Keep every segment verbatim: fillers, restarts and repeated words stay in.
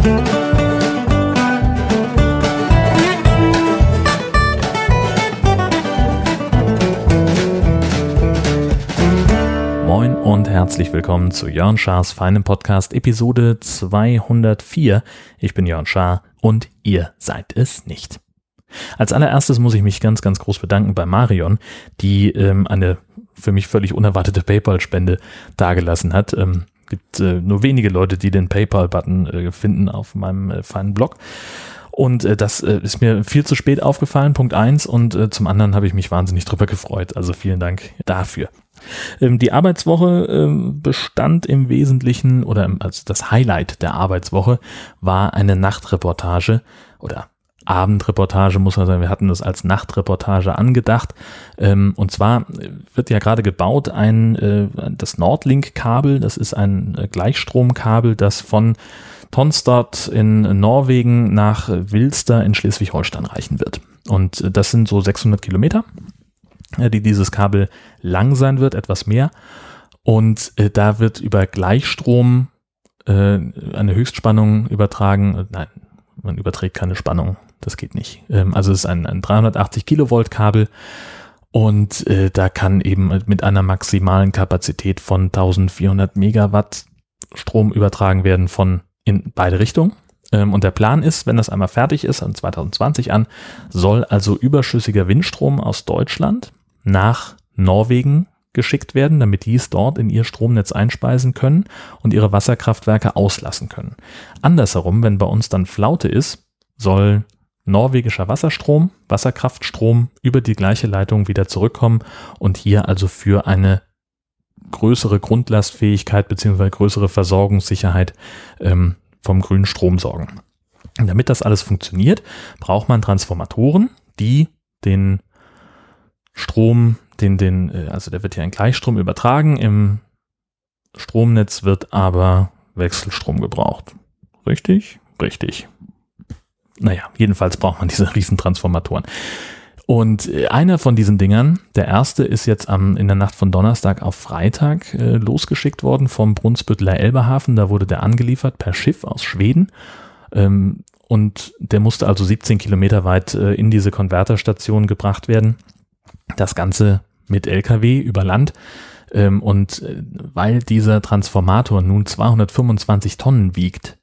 Moin und herzlich willkommen zu Jörn Schars feinem Podcast Episode zweihundertvier. Ich bin Jörn Schaar und ihr seid es nicht. Als allererstes muss ich mich ganz, ganz groß bedanken bei Marion, die ähm, eine für mich völlig unerwartete PayPal-Spende dagelassen hat. Ähm, gibt äh, nur wenige Leute, die den PayPal-Button äh, finden auf meinem äh, feinen Blog. Und äh, das äh, ist mir viel zu spät aufgefallen, Punkt eins. Und äh, zum anderen habe ich mich wahnsinnig drüber gefreut. Also vielen Dank dafür. Ähm, die Arbeitswoche ähm, bestand im Wesentlichen, oder im, also das Highlight der Arbeitswoche war eine Nachtreportage oder Abendreportage, muss man sagen. Wir hatten das als Nachtreportage angedacht. Ähm, und zwar wird ja gerade gebaut ein äh, das Nordlink-Kabel. Das ist ein äh, Gleichstromkabel, das von Tonstad in Norwegen nach Wilster in Schleswig-Holstein reichen wird. Und äh, das sind so sechshundert Kilometer, äh, die dieses Kabel lang sein wird, etwas mehr. Und äh, da wird über Gleichstrom äh, eine Höchstspannung übertragen. Äh, nein, man überträgt keine Spannung. Das geht nicht. Ähm, also es ist ein, ein dreihundertachtzig Kilovolt Kabel und äh, da kann eben mit einer maximalen Kapazität von eintausendvierhundert Megawatt Strom übertragen werden von in beide Richtungen. Ähm, und der Plan ist, wenn das einmal fertig ist, an zweitausendzwanzig an, soll also überschüssiger Windstrom aus Deutschland nach Norwegen geschickt werden, damit die es dort in ihr Stromnetz einspeisen können und ihre Wasserkraftwerke auslassen können. Andersherum, wenn bei uns dann Flaute ist, soll norwegischer Wasserstrom, Wasserkraftstrom über die gleiche Leitung wieder zurückkommen und hier also für eine größere Grundlastfähigkeit bzw. größere Versorgungssicherheit ähm, vom grünen Strom sorgen. Und damit das alles funktioniert, braucht man Transformatoren, die den Strom, den, den, also der wird ja in Gleichstrom übertragen, im Stromnetz wird aber Wechselstrom gebraucht. Richtig? Richtig. Naja, jedenfalls braucht man diese riesen Transformatoren. Und einer von diesen Dingern, der erste, ist jetzt am, in der Nacht von Donnerstag auf Freitag äh, losgeschickt worden vom Brunsbütteler Elbehafen. Da wurde der angeliefert per Schiff aus Schweden. Ähm, und der musste also siebzehn Kilometer weit äh, in diese Konverterstation gebracht werden. Das Ganze mit L K W über Land. Ähm, und äh, weil dieser Transformator nun zweihundertfünfundzwanzig Tonnen wiegt,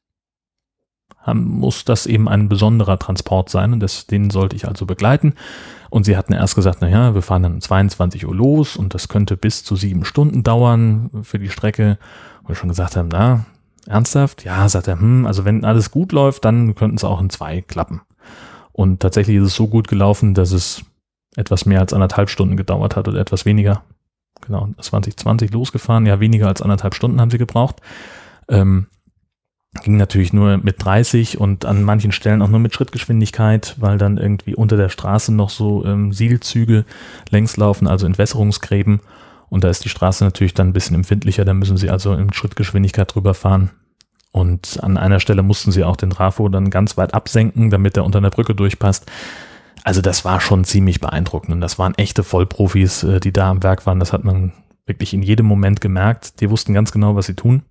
muss das eben ein besonderer Transport sein und das, den sollte ich also begleiten. Und sie hatten erst gesagt, naja, wir fahren dann um zweiundzwanzig Uhr los und das könnte bis zu sieben Stunden dauern für die Strecke. Und wir schon gesagt haben, na, ernsthaft? Ja, sagt er, hm, also wenn alles gut läuft, dann könnten es auch in zwei klappen. Und tatsächlich ist es so gut gelaufen, dass es etwas mehr als anderthalb Stunden gedauert hat oder etwas weniger. Genau, zwanzig zwanzig losgefahren, ja, weniger als anderthalb Stunden haben sie gebraucht. Ähm, Ging natürlich nur mit dreißig und an manchen Stellen auch nur mit Schrittgeschwindigkeit, weil dann irgendwie unter der Straße noch so ähm, Sielzüge längs laufen, also Entwässerungsgräben. Und da ist die Straße natürlich dann ein bisschen empfindlicher, da müssen sie also in Schrittgeschwindigkeit drüber fahren. Und an einer Stelle mussten sie auch den Trafo dann ganz weit absenken, damit er unter einer Brücke durchpasst. Also das war schon ziemlich beeindruckend und das waren echte Vollprofis, die da am Werk waren. Das hat man wirklich in jedem Moment gemerkt. Die wussten ganz genau, was sie tun.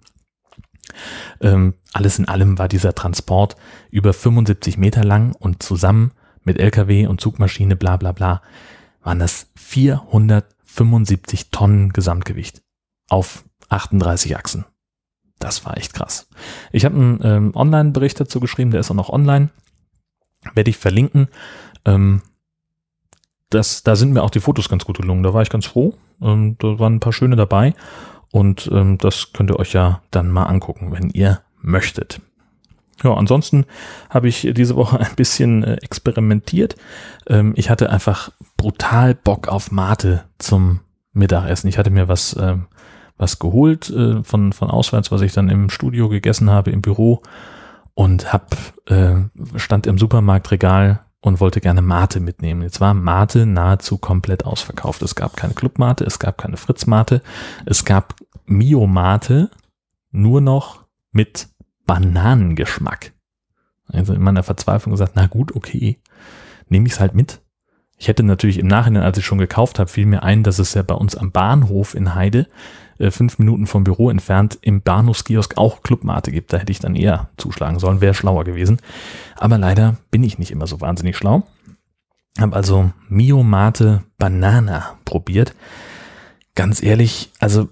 Ähm, alles in allem war dieser Transport über fünfundsiebzig Meter lang und zusammen mit L K W und Zugmaschine bla bla bla waren das vierhundertfünfundsiebzig Tonnen Gesamtgewicht auf achtunddreißig Achsen. Das war echt krass. Ich habe einen ähm, Online-Bericht dazu geschrieben, der ist auch noch online. Werde ich verlinken. Ähm, das, da sind mir auch die Fotos ganz gut gelungen. Da war ich ganz froh. Ähm, da waren ein paar schöne dabei. Und ähm, das könnt ihr euch ja dann mal angucken, wenn ihr möchtet. Ja, ansonsten habe ich diese Woche ein bisschen äh, experimentiert. Ähm, ich hatte einfach brutal Bock auf Mate zum Mittagessen. Ich hatte mir was ähm, was geholt äh, von von auswärts, was ich dann im Studio gegessen habe, im Büro und hab äh, stand im Supermarktregal und wollte gerne Mate mitnehmen. Jetzt war Mate nahezu komplett ausverkauft. Es gab keine Club-Mate, es gab keine Fritz-Mate, es gab Mio-Mate nur noch mit Bananengeschmack. Also in meiner Verzweiflung gesagt, na gut, okay, nehme ich es halt mit. Ich hätte natürlich im Nachhinein, als ich schon gekauft habe, fiel mir ein, dass es ja bei uns am Bahnhof in Heide äh, fünf Minuten vom Büro entfernt im Bahnhofskiosk auch Clubmate gibt. Da hätte ich dann eher zuschlagen sollen, wäre schlauer gewesen. Aber leider bin ich nicht immer so wahnsinnig schlau. Habe also Mio Mate Banana probiert. Ganz ehrlich, also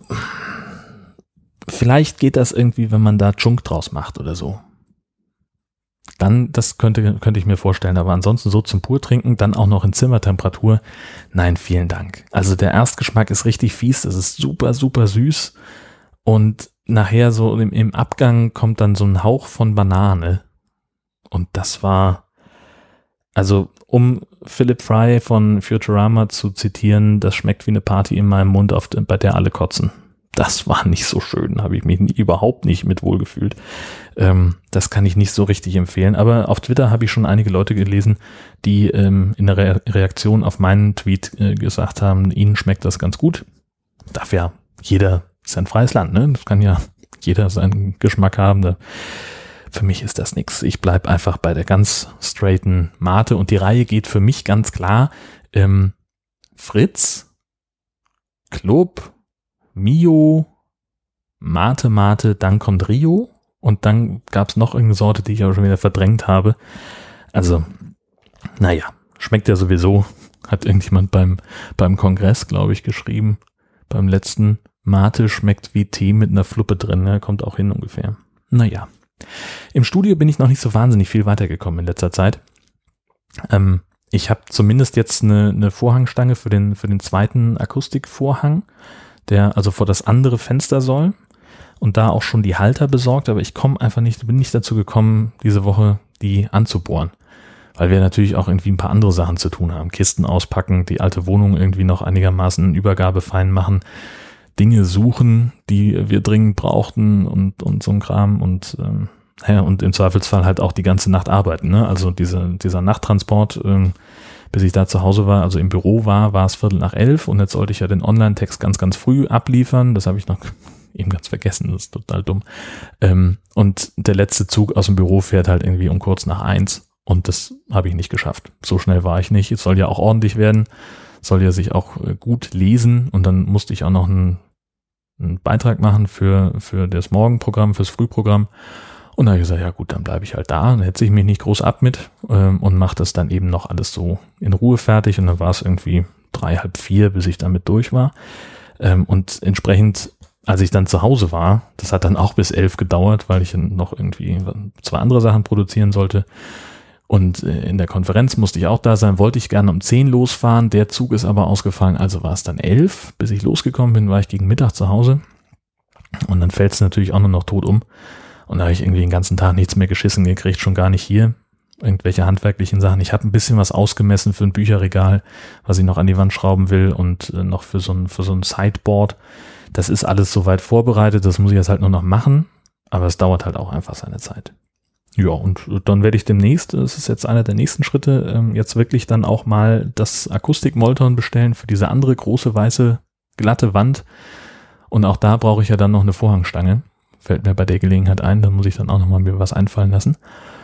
vielleicht geht das irgendwie, wenn man da Chunk draus macht oder so. Dann, das könnte, könnte ich mir vorstellen, aber ansonsten so zum Purtrinken, dann auch noch in Zimmertemperatur. Nein, vielen Dank. Also der Erstgeschmack ist richtig fies, das ist super, super süß und nachher so im, im Abgang kommt dann so ein Hauch von Banane und das war, also um Philip Fry von Futurama zu zitieren, das schmeckt wie eine Party in meinem Mund, auf, bei der alle kotzen. Das war nicht so schön, habe ich mich nie, überhaupt nicht mit wohlgefühlt. Ähm, das kann ich nicht so richtig empfehlen. Aber auf Twitter habe ich schon einige Leute gelesen, die ähm, in der Re- Reaktion auf meinen Tweet äh, gesagt haben, ihnen schmeckt das ganz gut. Darf ja jeder, ist ein freies Land, ne? Das kann ja jeder seinen Geschmack haben. Da, für mich ist das nichts. Ich bleibe einfach bei der ganz straighten Mate. Und die Reihe geht für mich ganz klar ähm, Fritz, Club, Mio, Mate Mate, dann kommt Rio und dann gab es noch irgendeine Sorte, die ich aber schon wieder verdrängt habe. Also, naja, schmeckt ja sowieso, hat irgendjemand beim, beim Kongress, glaube ich, geschrieben, beim letzten, Mate schmeckt wie Tee mit einer Fluppe drin, ne? Kommt auch hin ungefähr. Naja, im Studio bin ich noch nicht so wahnsinnig viel weitergekommen in letzter Zeit. Ähm, ich habe zumindest jetzt eine, eine Vorhangstange für den, für den zweiten Akustikvorhang, der also vor das andere Fenster soll und da auch schon die Halter besorgt, aber ich komme einfach nicht, bin nicht dazu gekommen, diese Woche die anzubohren, weil wir natürlich auch irgendwie ein paar andere Sachen zu tun haben. Kisten auspacken, die alte Wohnung irgendwie noch einigermaßen übergabefein machen, Dinge suchen, die wir dringend brauchten und, und so ein Kram und ähm, ja, und im Zweifelsfall halt auch die ganze Nacht arbeiten, ne? Also diese, dieser Nachttransport, ähm, bis ich da zu Hause war, also im Büro war, war es Viertel nach elf und jetzt sollte ich ja den Online-Text ganz, ganz früh abliefern. Das habe ich noch eben ganz vergessen, das ist total dumm. Ähm, und der letzte Zug aus dem Büro fährt halt irgendwie um kurz nach eins und das habe ich nicht geschafft. So schnell war ich nicht. Es soll ja auch ordentlich werden, soll ja sich auch gut lesen und dann musste ich auch noch einen, einen Beitrag machen für, für das Morgenprogramm, fürs Frühprogramm. Und dann habe ich gesagt, ja gut, dann bleibe ich halt da, dann hetze ich mich nicht groß ab mit ähm, und mache das dann eben noch alles so in Ruhe fertig. Und dann war es irgendwie drei, halb vier, bis ich damit durch war. Ähm, und entsprechend, als ich dann zu Hause war, das hat dann auch bis elf gedauert, weil ich noch irgendwie zwei andere Sachen produzieren sollte. Und äh, in der Konferenz musste ich auch da sein, wollte ich gerne um zehn losfahren. Der Zug ist aber ausgefallen, also war es dann elf. Bis ich losgekommen bin, war ich gegen Mittag zu Hause. Und dann fällt es natürlich auch nur noch tot um. Und da habe ich irgendwie den ganzen Tag nichts mehr geschissen gekriegt, schon gar nicht hier. Irgendwelche handwerklichen Sachen. Ich habe ein bisschen was ausgemessen für ein Bücherregal, was ich noch an die Wand schrauben will und äh, noch für so ein, für so ein Sideboard. Das ist alles soweit vorbereitet, das muss ich jetzt halt nur noch machen, aber es dauert halt auch einfach seine Zeit. Ja, und dann werde ich demnächst, das ist jetzt einer der nächsten Schritte, ähm, jetzt wirklich dann auch mal das Akustik-Molton bestellen für diese andere große, weiße, glatte Wand. Und auch da brauche ich ja dann noch eine Vorhangstange. Fällt mir bei der Gelegenheit ein, dann muss ich dann auch nochmal mir was einfallen lassen.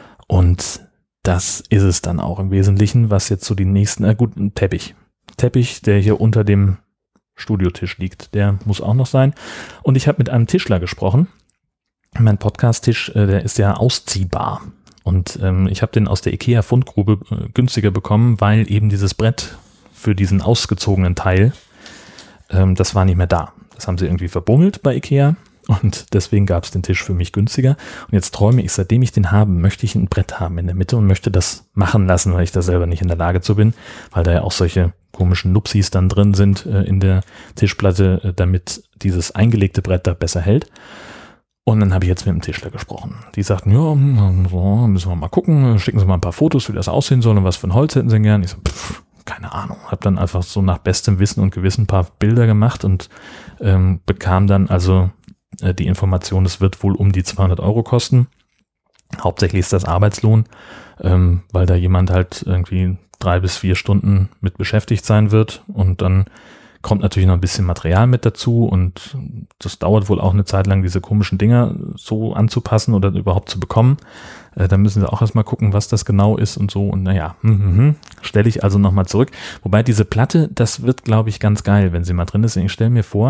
Und das ist es dann auch im Wesentlichen, was jetzt so die nächsten, äh gut, ein Teppich. Teppich, der hier unter dem Studiotisch liegt, der muss auch noch sein. Und ich habe mit einem Tischler gesprochen. Mein Podcast-Tisch, äh, der ist ja ausziehbar. Und ähm, ich habe den aus der IKEA-Fundgrube äh, günstiger bekommen, weil eben dieses Brett für diesen ausgezogenen Teil, ähm, das war nicht mehr da. Das haben sie irgendwie verbummelt bei IKEA. Und deswegen gab es den Tisch für mich günstiger. Und jetzt träume ich, seitdem ich den habe, möchte ich ein Brett haben in der Mitte und möchte das machen lassen, weil ich da selber nicht in der Lage zu bin, weil da ja auch solche komischen Nupsis dann drin sind äh, in der Tischplatte, äh, damit dieses eingelegte Brett da besser hält. Und dann habe ich jetzt mit dem Tischler gesprochen. Die sagten, ja, so, müssen wir mal gucken, schicken Sie mal ein paar Fotos, wie das aussehen soll und was für ein Holz hätten Sie gern. Ich so, pff, keine Ahnung. Habe dann einfach so nach bestem Wissen und Gewissen ein paar Bilder gemacht und ähm, bekam dann also die Information, es wird wohl um die zweihundert Euro kosten. Hauptsächlich ist das Arbeitslohn, ähm, weil da jemand halt irgendwie drei bis vier Stunden mit beschäftigt sein wird und dann kommt natürlich noch ein bisschen Material mit dazu und das dauert wohl auch eine Zeit lang, diese komischen Dinger so anzupassen oder überhaupt zu bekommen. Äh, da müssen sie auch erstmal gucken, was das genau ist und so und naja, hm, hm, hm, stelle ich also nochmal zurück. Wobei diese Platte, das wird glaube ich ganz geil, wenn sie mal drin ist. Ich stelle mir vor,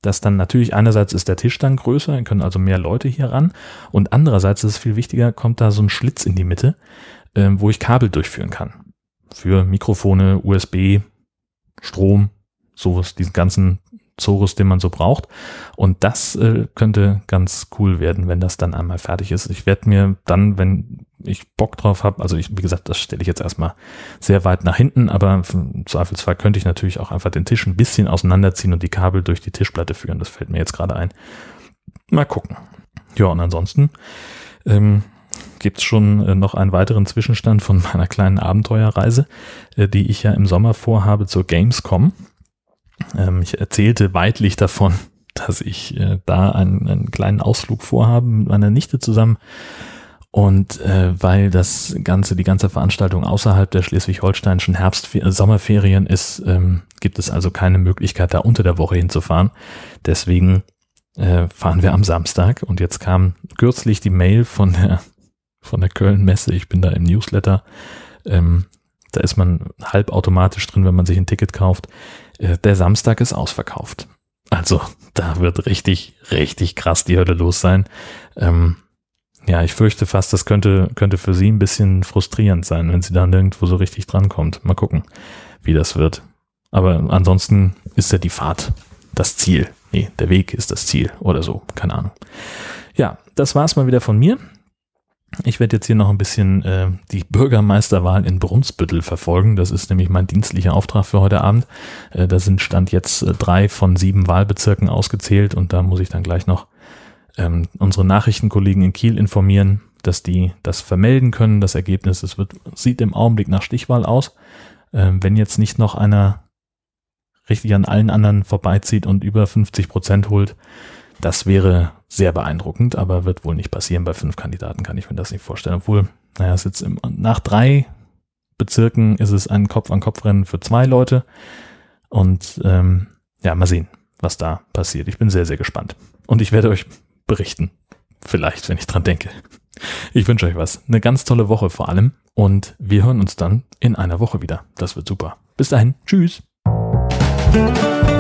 dass dann natürlich einerseits ist der Tisch dann größer, dann können also mehr Leute hier ran und andererseits, das ist viel wichtiger, kommt da so ein Schlitz in die Mitte, äh, wo ich Kabel durchführen kann. Für Mikrofone, U S B, Strom, sowas, diesen ganzen Zorus, den man so braucht. Und das äh, könnte ganz cool werden, wenn das dann einmal fertig ist. Ich werde mir dann, wenn ich Bock drauf habe, also ich, wie gesagt, das stelle ich jetzt erstmal sehr weit nach hinten, aber im Zweifelsfall könnte ich natürlich auch einfach den Tisch ein bisschen auseinanderziehen und die Kabel durch die Tischplatte führen. Das fällt mir jetzt gerade ein. Mal gucken. Ja, und ansonsten ähm, gibt es schon äh, noch einen weiteren Zwischenstand von meiner kleinen Abenteuerreise, äh, die ich ja im Sommer vorhabe zur Gamescom. Ähm, ich erzählte weidlich davon, dass ich äh, da einen, einen kleinen Ausflug vorhabe mit meiner Nichte zusammen. Und äh, weil das ganze, die ganze Veranstaltung außerhalb der schleswig-holsteinischen Herbst- äh, Sommerferien ist, ähm, gibt es also keine Möglichkeit, da unter der Woche hinzufahren. Deswegen äh, fahren wir am Samstag. Und jetzt kam kürzlich die Mail von der von der Köln-Messe. Ich bin da im Newsletter. Ähm, da ist man halbautomatisch drin, wenn man sich ein Ticket kauft. Äh, der Samstag ist ausverkauft. Also da wird richtig, richtig krass die Hölle los sein. Ähm, Ja, ich fürchte fast, das könnte, könnte für sie ein bisschen frustrierend sein, wenn sie da nirgendwo so richtig drankommt. Mal gucken, wie das wird. Aber ansonsten ist ja die Fahrt das Ziel. Nee, der Weg ist das Ziel oder so. Keine Ahnung. Ja, das war's mal wieder von mir. Ich werde jetzt hier noch ein bisschen äh, die Bürgermeisterwahl in Brunsbüttel verfolgen. Das ist nämlich mein dienstlicher Auftrag für heute Abend. Äh, da sind Stand jetzt äh, drei von sieben Wahlbezirken ausgezählt und da muss ich dann gleich noch Ähm, unsere Nachrichtenkollegen in Kiel informieren, dass die das vermelden können, das Ergebnis. Es wird, sieht im Augenblick nach Stichwahl aus. Ähm, wenn jetzt nicht noch einer richtig an allen anderen vorbeizieht und über fünfzig Prozent holt, das wäre sehr beeindruckend, aber wird wohl nicht passieren. Bei fünf Kandidaten kann ich mir das nicht vorstellen. Obwohl, naja, es ist im, nach drei Bezirken ist es ein Kopf-an-Kopf-Rennen für zwei Leute. Und ähm, ja, mal sehen, was da passiert. Ich bin sehr, sehr gespannt. Und ich werde euch berichten. Vielleicht, wenn ich dran denke. Ich wünsche euch was. Eine ganz tolle Woche vor allem. Und wir hören uns dann in einer Woche wieder. Das wird super. Bis dahin. Tschüss.